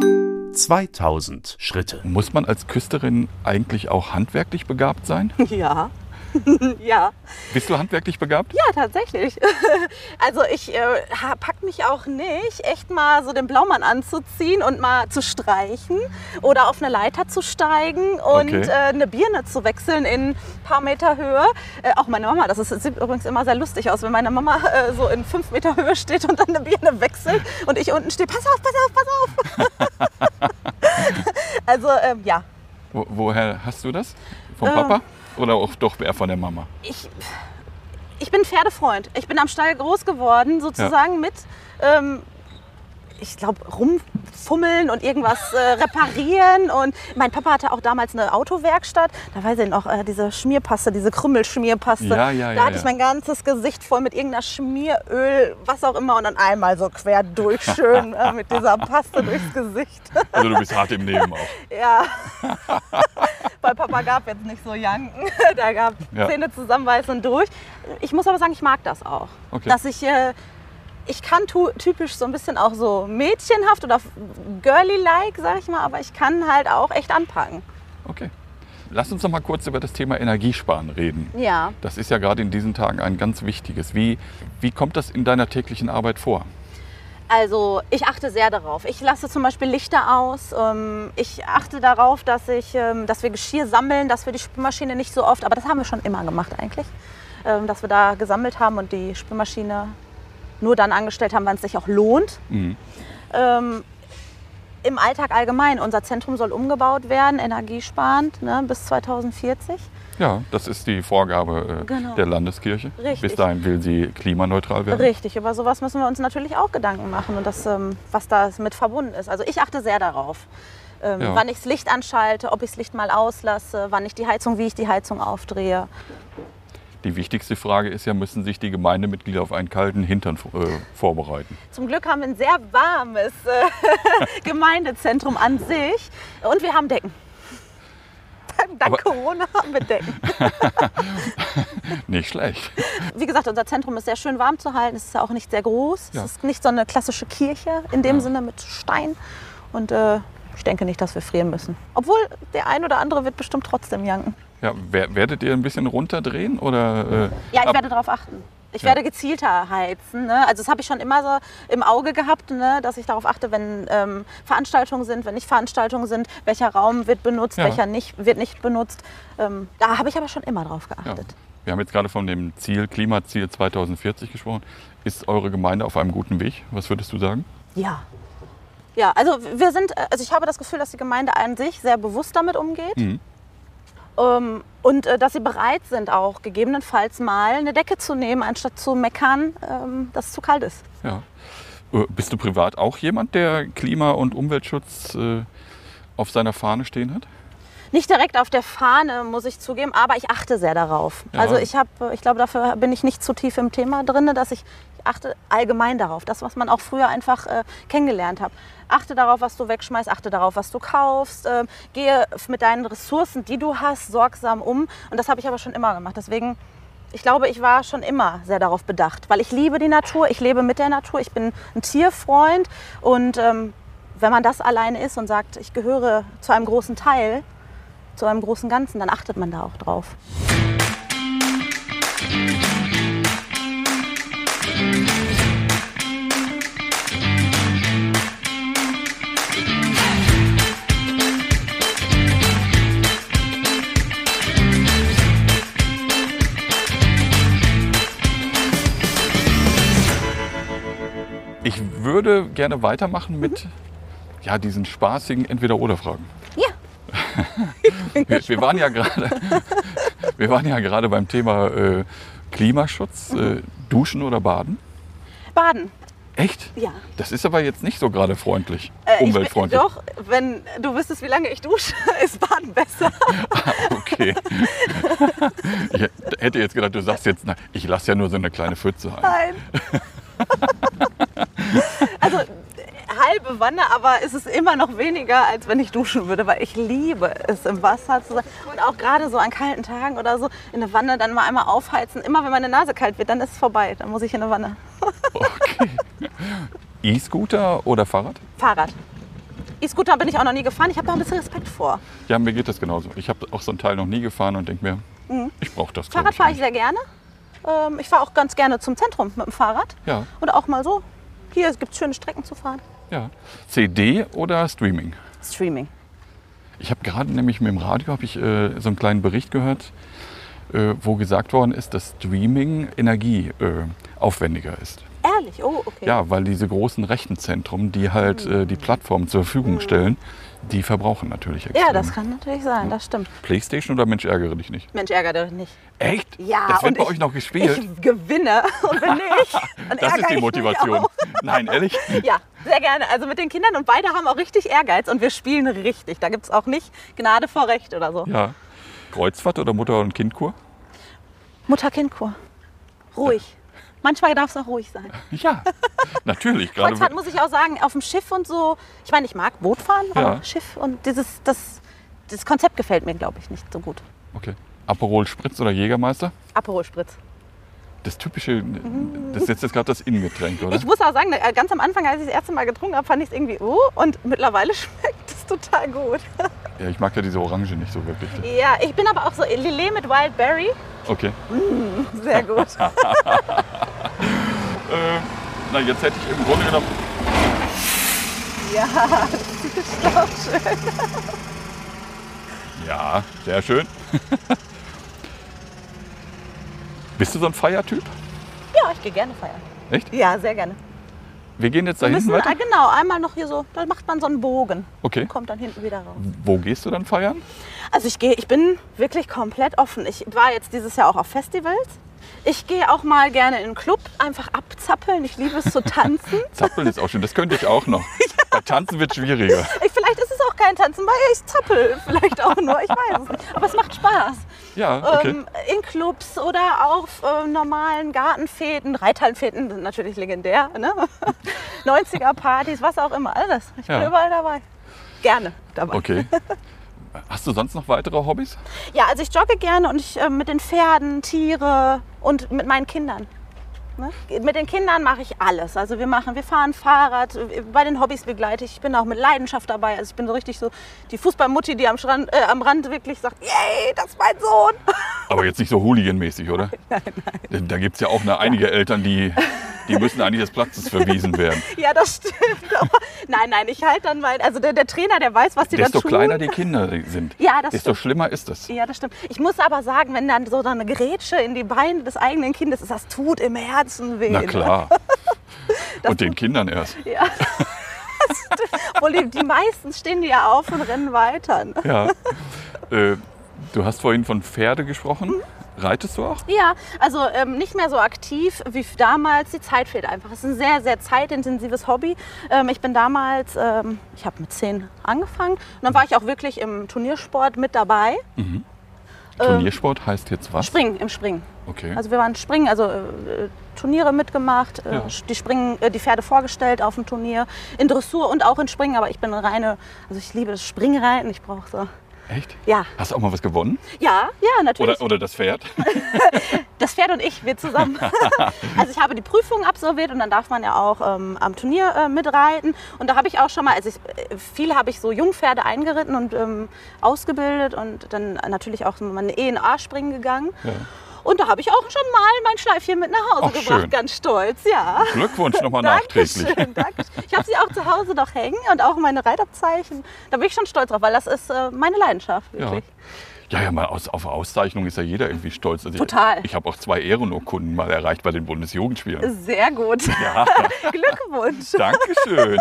2000 Schritte. Muss man als Küsterin eigentlich auch handwerklich begabt sein? Ja. Ja. Bist du handwerklich begabt? Ja, tatsächlich. Also ich pack mich auch nicht, echt mal so den Blaumann anzuziehen und mal zu streichen oder auf eine Leiter zu steigen und eine Birne zu wechseln in ein paar Meter Höhe. Auch meine Mama, sieht übrigens immer sehr lustig aus, wenn meine Mama so in 5 Meter Höhe steht und dann eine Birne wechselt und ich unten stehe, pass auf, pass auf. Also ja. Woher hast du das? Vom Papa? Oder auch doch eher von der Mama? Ich bin Pferdefreund. Ich bin am Stall groß geworden, sozusagen mit, ich glaube, rumfummeln und irgendwas reparieren. Und mein Papa hatte auch damals eine Autowerkstatt. Da weiß ich noch, diese Schmierpaste, diese Krümmelschmierpaste. Da hatte ich mein ganzes Gesicht voll mit irgendeiner Schmieröl, was auch immer. Und dann einmal so quer durch, schön mit dieser Paste durchs Gesicht. Also du bist hart im Nehmen auch. Ja. Bei Papa gab jetzt nicht so Janken. Da gab Zähne zusammenbeißen und durch. Ich muss aber sagen, ich mag das auch. Okay. Dass ich kann typisch so ein bisschen auch so mädchenhaft oder girly-like, sag ich mal, aber ich kann halt auch echt anpacken. Okay. Lass uns noch mal kurz über das Thema Energiesparen reden. Ja. Das ist ja gerade in diesen Tagen ein ganz wichtiges. Wie kommt das in deiner täglichen Arbeit vor? Also ich achte sehr darauf. Ich lasse zum Beispiel Lichter aus. Ich achte darauf, dass wir Geschirr sammeln, dass wir die Spülmaschine nicht so oft, aber das haben wir schon immer gemacht eigentlich, dass wir da gesammelt haben und die Spülmaschine nur dann angestellt haben, wenn es sich auch lohnt. Mhm. Im Alltag allgemein, unser Zentrum soll umgebaut werden, energiesparend, ne, bis 2040. Ja, das ist die Vorgabe der Landeskirche. Richtig. Bis dahin will sie klimaneutral werden. Richtig, über sowas müssen wir uns natürlich auch Gedanken machen und das, was da mit verbunden ist. Also ich achte sehr darauf, wann ich das Licht anschalte, ob ich das Licht mal auslasse, wie ich die Heizung aufdrehe. Die wichtigste Frage ist ja, müssen sich die Gemeindemitglieder auf einen kalten Hintern vorbereiten? Zum Glück haben wir ein sehr warmes Gemeindezentrum an sich und wir haben Decken. Dank Corona haben wir Decken. Nicht schlecht. Wie gesagt, unser Zentrum ist sehr schön warm zu halten. Es ist ja auch nicht sehr groß. Es ist nicht so eine klassische Kirche in dem Sinne mit Stein. Und ich denke nicht, dass wir frieren müssen. Obwohl der ein oder andere wird bestimmt trotzdem janken. Ja, werdet ihr ein bisschen runterdrehen? Oder, ja, ich werde darauf achten. Ich werde gezielter heizen. Ne? Also das habe ich schon immer so im Auge gehabt, ne? Dass ich darauf achte, wenn Veranstaltungen sind, wenn nicht Veranstaltungen sind, welcher Raum wird benutzt, welcher wird nicht benutzt. Da habe ich aber schon immer drauf geachtet. Ja. Wir haben jetzt gerade von dem Klimaziel 2040 gesprochen. Ist eure Gemeinde auf einem guten Weg? Was würdest du sagen? Ja. Ja, also ich habe das Gefühl, dass die Gemeinde an sich sehr bewusst damit umgeht. Mhm. Und dass sie bereit sind, auch gegebenenfalls mal eine Decke zu nehmen, anstatt zu meckern, dass es zu kalt ist. Ja. Bist du privat auch jemand, der Klima- und Umweltschutz auf seiner Fahne stehen hat? Nicht direkt auf der Fahne, muss ich zugeben, aber ich achte sehr darauf. Ja. Also ich glaube, dafür bin ich nicht zu tief im Thema drin, dass ich achte allgemein darauf. Das, was man auch früher einfach kennengelernt hat. Achte darauf, was du wegschmeißt, achte darauf, was du kaufst. Gehe mit deinen Ressourcen, die du hast, sorgsam um. Und das habe ich aber schon immer gemacht. Deswegen, ich glaube, ich war schon immer sehr darauf bedacht. Weil ich liebe die Natur, ich lebe mit der Natur, ich bin ein Tierfreund. Und wenn man das alleine ist und sagt, ich gehöre zu einem großen Teil, zu einem großen Ganzen, dann achtet man da auch drauf. Ich würde gerne weitermachen mit diesen spaßigen Entweder-oder-Fragen. Ja. Wir waren ja gerade beim Thema Klimaschutz. Duschen oder baden? Baden. Echt? Ja. Das ist aber jetzt nicht so gerade freundlich, Ich umweltfreundlich. doch, wenn du wüsstest, wie lange ich dusche, ist Baden besser. Okay. Ich hätte jetzt gedacht, du sagst jetzt, ich lasse ja nur so eine kleine Pfütze ein. Nein. Also halbe Wanne, aber es ist immer noch weniger, als wenn ich duschen würde, weil ich liebe es, im Wasser zu sein. Und auch gerade so an kalten Tagen oder so, in der Wanne dann mal einmal aufheizen. Immer wenn meine Nase kalt wird, dann ist es vorbei. Dann muss ich in eine Wanne. Okay. E-Scooter oder Fahrrad? Fahrrad. E-Scooter bin ich auch noch nie gefahren. Ich habe da ein bisschen Respekt vor. Ja, mir geht das genauso. Ich habe auch so ein Teil noch nie gefahren und denke mir, ich brauche das. Fahrrad fahre ich sehr gerne. Ich fahre auch ganz gerne zum Zentrum mit dem Fahrrad. Ja. Oder auch mal so. Hier, es gibt schöne Strecken zu fahren. Ja. CD oder Streaming? Streaming. Ich habe gerade nämlich mit dem Radio so einen kleinen Bericht gehört, wo gesagt worden ist, dass Streaming energieaufwendiger ist. Ehrlich? Oh, okay. Ja, weil diese großen Rechenzentren, die halt die Plattform zur Verfügung stellen, die verbrauchen natürlich extrem. Ja, das kann natürlich sein, das stimmt. Playstation oder Mensch, ärgere dich nicht? Mensch, ärgere dich nicht. Echt? Ja, das wird und bei euch noch gespielt? Ich gewinne und wenn nicht, dann Das ist ärgere die ich Motivation. mich auch. Nein, ehrlich? Ja, sehr gerne. Also mit den Kindern und beide haben auch richtig Ehrgeiz und wir spielen richtig. Da gibt es auch nicht Gnade vor Recht oder so. Ja. Kreuzfahrt oder Mutter- und Kindkur? Mutter-Kind-Kur. Ruhig. Manchmal darf es auch ruhig sein. Ja, natürlich. Gerade Kreuzfahrt muss ich auch sagen, auf dem Schiff und so. Ich meine, ich mag Bootfahren, aber Ja. Schiff und das Konzept gefällt mir, glaube ich, nicht so gut. Okay. Aperol Spritz oder Jägermeister? Aperol Spritz. Das typische, das ist jetzt gerade das Innengetränk, oder? Ich muss auch sagen, ganz am Anfang, als ich das erste Mal getrunken habe, fand ich es irgendwie und mittlerweile schmeckt es total gut. Ja, ich mag ja diese Orange nicht so wirklich. Ja, ich bin aber auch so Lillet mit Wild Berry. Okay. Sehr gut. Na, jetzt hätte ich im Grunde genommen... Ja, das ist auch schön. Ja, sehr schön. Bist du so ein Feiertyp? Ja, ich gehe gerne feiern. Echt? Ja, sehr gerne. Wir gehen jetzt da Wir hinten müssen, weiter? genau, einmal noch hier so, da macht man so einen Bogen. Okay. Und kommt dann hinten wieder raus. Wo gehst du dann feiern? Also ich bin wirklich komplett offen. Ich war jetzt dieses Jahr auch auf Festivals. Ich gehe auch mal gerne in einen Club, einfach abzappeln. Ich liebe es zu tanzen. Zappeln ist auch schön, das könnte ich auch noch. Bei Tanzen wird es schwieriger. Vielleicht ist es auch kein Tanzen, weil ich zappel vielleicht auch nur. Ich weiß es nicht. Aber es macht Spaß. Ja, okay. In Clubs oder auf normalen Gartenfäden. Reithallenfäden sind natürlich legendär. Ne? 90er-Partys, was auch immer. Alles. Ich bin Ja. überall dabei. Gerne dabei. Okay. Hast du sonst noch weitere Hobbys? Ja, also ich jogge gerne und ich mit den Pferden, Tiere und mit meinen Kindern. Ne? Mit den Kindern mache ich alles. Also wir fahren Fahrrad, bei den Hobbys begleite ich. Ich bin auch mit Leidenschaft dabei. Also ich bin so richtig so die Fußballmutti, die am Rand wirklich sagt, yay, das ist mein Sohn. Aber jetzt nicht so hooliganmäßig, oder? Nein. Da gibt es ja auch einige Eltern, die müssen eigentlich des Platzes verwiesen werden. Ja, das stimmt. Aber nein, ich halte dann mal, also der Trainer, der weiß, was die da tun. Desto kleiner die Kinder sind, Ja, das desto stimmt. schlimmer ist das. Ja, das stimmt. Ich muss aber sagen, wenn dann so eine Grätsche in die Beine des eigenen Kindes ist, das tut im Herzen weh. Na ne? klar. Und den Kindern erst. Ja. Das stimmt. Obwohl die meisten stehen die ja auf und rennen weiter. Ne? Ja. Du hast vorhin von Pferde gesprochen. Reitest du auch? Ja, also nicht mehr so aktiv wie damals. Die Zeit fehlt einfach. Es ist ein sehr, sehr zeitintensives Hobby. Ich bin damals, ich habe mit 10 angefangen. Und dann war ich auch wirklich im Turniersport mit dabei. Turniersport heißt jetzt was? Im Springen. Okay. Also wir waren Springen, also Turniere mitgemacht, Ja. die Pferde vorgestellt auf dem Turnier, in Dressur und auch in Springen. Aber ich bin also ich liebe das Springreiten. Ich brauche so. Echt? Ja. Hast du auch mal was gewonnen? Ja, natürlich. Oder das Pferd? Das Pferd und ich, wir zusammen. Also ich habe die Prüfung absolviert und dann darf man ja auch am Turnier mitreiten. Und da habe ich auch schon mal, viel habe ich so Jungpferde eingeritten und ausgebildet und dann natürlich auch mal eine ENA springen gegangen. Ja. Und da habe ich auch schon mal mein Schleifchen mit nach Hause Ach, gebracht, schön. ganz stolz, ja. Glückwunsch nochmal nachträglich. Dankeschön. Ich habe sie auch zu Hause noch hängen und auch meine Reitabzeichen. Da bin ich schon stolz drauf, weil das ist meine Leidenschaft, wirklich. Ja, mal auf Auszeichnung ist ja jeder irgendwie stolz. Also Total. Ich habe auch 2 Ehrenurkunden mal erreicht bei den Bundesjugendspielen. Sehr gut. Ja. Glückwunsch. Dankeschön.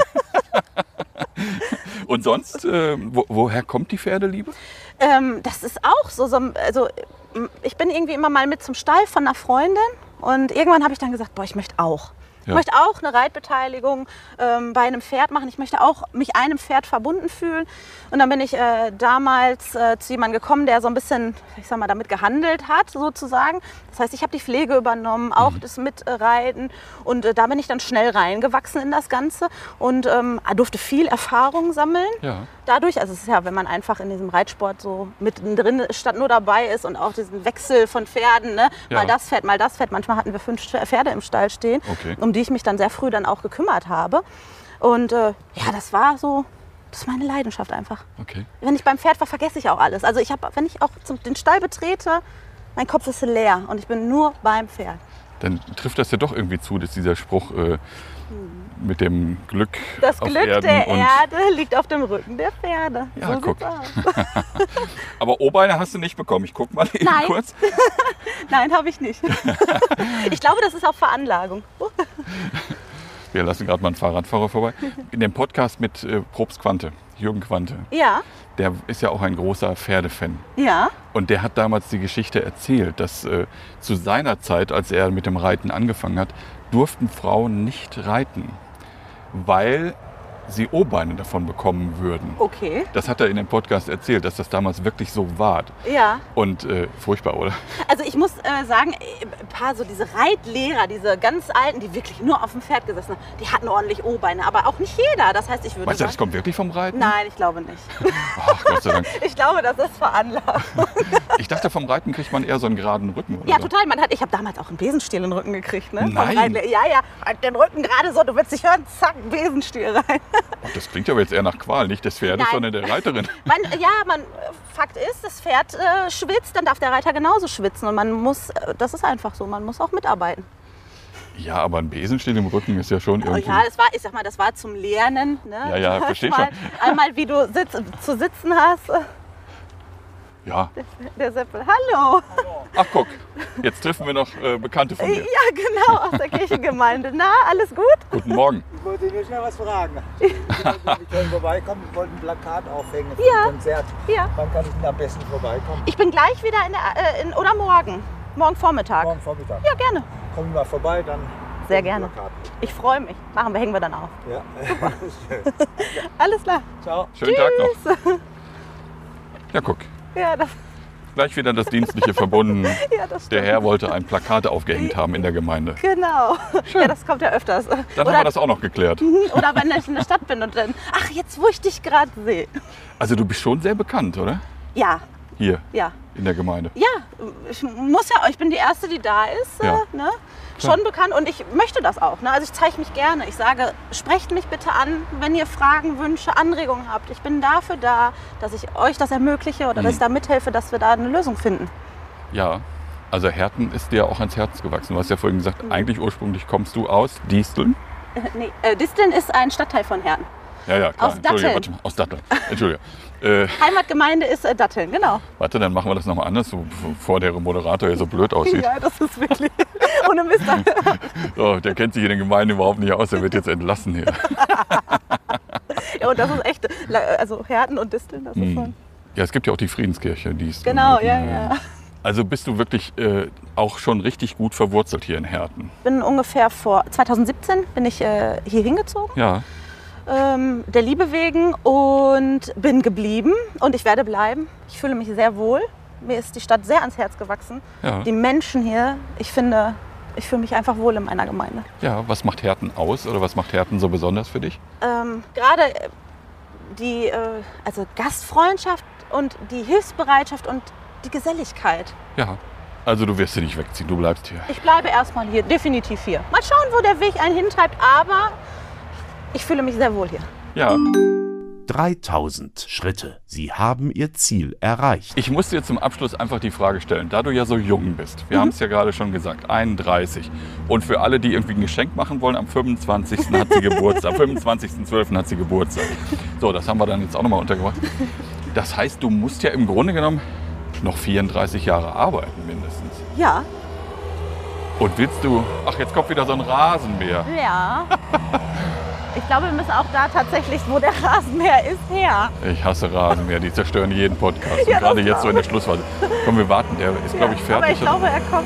Und sonst, woher kommt die Pferdeliebe? Das ist auch so, also ich bin irgendwie immer mal mit zum Stall von einer Freundin und irgendwann habe ich dann gesagt, boah, ich möchte auch. Ich möchte auch eine Reitbeteiligung bei einem Pferd machen. Ich möchte auch mich einem Pferd verbunden fühlen. Und dann bin ich damals zu jemandem gekommen, der so ein bisschen, ich sag mal, damit gehandelt hat, sozusagen. Das heißt, ich habe die Pflege übernommen, auch das Mitreiten. Und da bin ich dann schnell reingewachsen in das Ganze und durfte viel Erfahrung sammeln. Ja. Dadurch, also es ist ja, wenn man einfach in diesem Reitsport so mittendrin statt nur dabei ist und auch diesen Wechsel von Pferden, ne? Ja. Mal das Pferd, mal das Pferd. Manchmal hatten wir 5 Pferde im Stall stehen, Okay. um die ich mich dann sehr früh dann auch gekümmert habe. Und das war so, das ist meine Leidenschaft einfach. Okay. Wenn ich beim Pferd war, vergesse ich auch alles. Also wenn ich auch den Stall betrete, mein Kopf ist leer und ich bin nur beim Pferd. Dann trifft das ja doch irgendwie zu, dass dieser Spruch mit dem Glück Das auf Glück Erden der und Erde liegt auf dem Rücken der Pferde. Ja, So guck. sieht's aus. Aber O-Beine hast du nicht bekommen. Ich guck mal eben Nein. kurz. Nein, habe ich nicht. Ich glaube, das ist auch Veranlagung. Wir lassen gerade mal einen Fahrradfahrer vorbei. In dem Podcast mit Probst Quante, Jürgen Quante, Ja, der ist ja auch ein großer Pferdefan. ja. Und der hat damals die Geschichte erzählt, dass zu seiner Zeit, als er mit dem Reiten angefangen hat, durften Frauen nicht reiten, weil sie O-Beine davon bekommen würden. Okay. Das hat er in dem Podcast erzählt, dass das damals wirklich so war. Ja. Und furchtbar, oder? Also ich muss sagen, ein paar so diese Reitlehrer, diese ganz alten, die wirklich nur auf dem Pferd gesessen haben, die hatten ordentlich O-Beine, aber auch nicht jeder. Das heißt, ich würde Weißt du, das sagen, kommt wirklich vom Reiten? nein, ich glaube nicht. Ach, Gott sei Dank. Ich glaube, das ist Veranlagung. Ich dachte, vom Reiten kriegt man eher so einen geraden Rücken. Oder Ja, so. total. Ich habe damals auch einen Besenstiel in den Rücken gekriegt. Ne? Vom Nein. Reitlehrer. Ja, halt den Rücken gerade so, du willst dich hören, zack, Besenstiel rein. Ach, das klingt aber jetzt eher nach Qual, nicht des Pferdes, Nein. sondern der Reiterin. Fakt ist, das Pferd schwitzt, dann darf der Reiter genauso schwitzen. Und man muss, das ist einfach so, man muss auch mitarbeiten. Ja, aber ein Besenstiel im Rücken ist ja schon Oh irgendwie... ja, das war zum Lernen. Ne? Ja, verstehe schon. Einmal, wie du zu sitzen hast. Ja. Der Seppel, hallo. Ach guck, jetzt treffen wir noch Bekannte von dir. Ja, genau, aus der Kirchengemeinde. Na, alles gut? Guten Morgen. Ich wollte Ihnen schnell was fragen. Ich wollte vorbeikommen, ich wollte ein Plakat aufhängen für Ja. ein Konzert. Ja. Wann kann ich denn am besten vorbeikommen? Ich bin gleich wieder oder morgen. Morgen Vormittag. Morgen Vormittag. Ja, gerne. Komm ich mal vorbei, dann Sehr ein gerne. Plakat. Ich freue mich. Hängen wir dann auf. Ja. Alles klar. Ciao. Schönen Tag noch. Ja, guck. Ja, Gleich wieder das Dienstliche verbunden. ja, das stimmt. Der Herr wollte ein Plakat aufgehängt haben in der Gemeinde. Genau. Ja, das kommt ja öfters. Dann haben wir das auch noch geklärt. Oder wenn ich in der Stadt bin und dann, ach, jetzt wo ich dich gerade sehe. Also du bist schon sehr bekannt, oder? Ja, Hier ja. in der Gemeinde. Ja, ich bin die Erste, die da ist. Ja. Ne? Schon bekannt und ich möchte das auch. Ne? Also ich zeige mich gerne. Ich sage, sprecht mich bitte an, wenn ihr Fragen, Wünsche, Anregungen habt. Ich bin dafür da, dass ich euch das ermögliche oder dass ich da mithelfe, dass wir da eine Lösung finden. Ja, also Herten ist dir auch ans Herz gewachsen. Du hast ja vorhin gesagt, eigentlich ursprünglich kommst du aus Disteln. Nee, Disteln ist ein Stadtteil von Herten. Ja, klar. Aus Entschuldige, Datteln. warte mal, aus Datteln. Entschuldige. Heimatgemeinde ist Datteln, genau. Warte, dann machen wir das nochmal anders, so, bevor der Moderator hier so blöd aussieht. Ja, das ist wirklich ohne Mist. So, der kennt sich in der Gemeinde überhaupt nicht aus, der wird jetzt entlassen hier. Ja, und das ist echt, also Herten und Disteln, das ist schon. Ja, es gibt ja auch die Friedenskirche. Die ist Genau, ja. Also bist du wirklich auch schon richtig gut verwurzelt hier in Herten? Bin ungefähr 2017 bin ich hier hingezogen. Ja. Der Liebe wegen und bin geblieben und ich werde bleiben. Ich fühle mich sehr wohl. Mir ist die Stadt sehr ans Herz gewachsen. Ja. Die Menschen hier, ich fühle mich einfach wohl in meiner Gemeinde. Ja, was macht Herten aus oder was macht Herten so besonders für dich? Gerade die also Gastfreundschaft und die Hilfsbereitschaft und die Geselligkeit. Ja, also du wirst hier nicht wegziehen, du bleibst hier. Ich bleibe erstmal hier, definitiv hier. Mal schauen, wo der Weg einen hintreibt, aber ich fühle mich sehr wohl hier. Ja. 3000 Schritte. Sie haben Ihr Ziel erreicht. Ich muss dir zum Abschluss einfach die Frage stellen, da du ja so jung bist, wir haben es ja gerade schon gesagt, 31. Und für alle, die irgendwie ein Geschenk machen wollen, am 25. hat sie Geburtstag, am 25.12. hat sie Geburtstag. So, das haben wir dann jetzt auch nochmal untergebracht. Das heißt, du musst ja im Grunde genommen noch 34 Jahre arbeiten mindestens. Ja. Und willst du, ach jetzt kommt wieder so ein Rasenmäher. Ja. Ich glaube, wir müssen auch da tatsächlich, wo der Rasenmäher ist, her. Ich hasse Rasenmäher, die zerstören jeden Podcast. Ja, Und gerade das jetzt so in der Schlussphase. Komm, wir warten, der ist glaube ich fertig. Aber ich glaube, er kommt.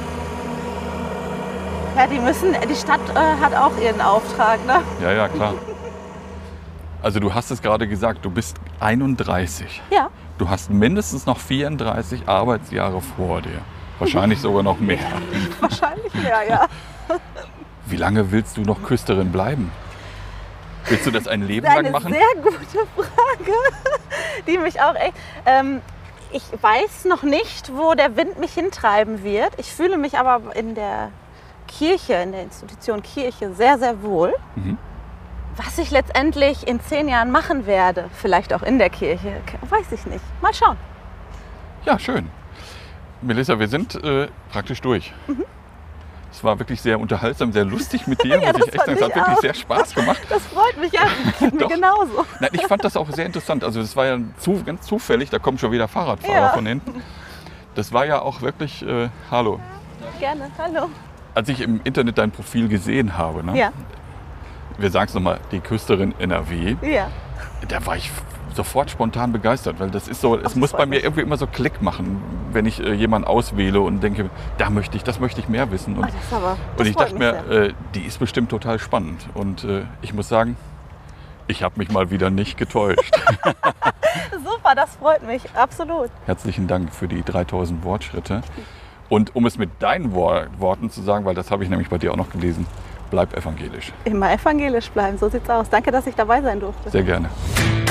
Ja, die Stadt hat auch ihren Auftrag, ne? Ja, klar. Also du hast es gerade gesagt, du bist 31. Ja. Du hast mindestens noch 34 Arbeitsjahre vor dir. Wahrscheinlich sogar noch mehr. Wahrscheinlich mehr, ja. Wie lange willst du noch Küsterin bleiben? Willst du das ein Leben Das ist lang eine machen? sehr gute Frage, die mich auch echt... ich weiß noch nicht, wo der Wind mich hintreiben wird. Ich fühle mich aber in der Kirche, in der Institution Kirche sehr, sehr wohl. Mhm. Was ich letztendlich in 10 Jahren machen werde, vielleicht auch in der Kirche, weiß ich nicht. Mal schauen. Ja, schön. Melissa, wir sind praktisch durch. Es war wirklich sehr unterhaltsam, sehr lustig mit dir, Ja, muss ich echt sagen. Es hat fand ich wirklich auch. sehr Spaß gemacht. Das freut mich, ja. Geht mir Doch. genauso. Nein, ich fand das auch sehr interessant. Also das war ja ganz zufällig, da kommen schon wieder Fahrradfahrer Ja. von hinten. Das war ja auch wirklich, hallo. Gerne, hallo. Als ich im Internet dein Profil gesehen habe, ne? Ja, Wir sagen es nochmal, die Küsterin NRW, ja. da war ich sofort spontan begeistert, weil das ist so, es das muss bei freut mir mich. irgendwie immer so Klick machen, wenn ich jemanden auswähle und denke, das möchte ich mehr wissen. Und, Oh, das ist aber, das und ich freut dachte mich mir, die ist bestimmt total spannend. Und ich muss sagen, ich habe mich mal wieder nicht getäuscht. sehr. Super, das freut mich, absolut. Herzlichen Dank für die 3000 Wortschritte. Und um es mit deinen Worten zu sagen, weil das habe ich nämlich bei dir auch noch gelesen, bleib evangelisch. Immer evangelisch bleiben, so sieht's aus. Danke, dass ich dabei sein durfte. Sehr gerne.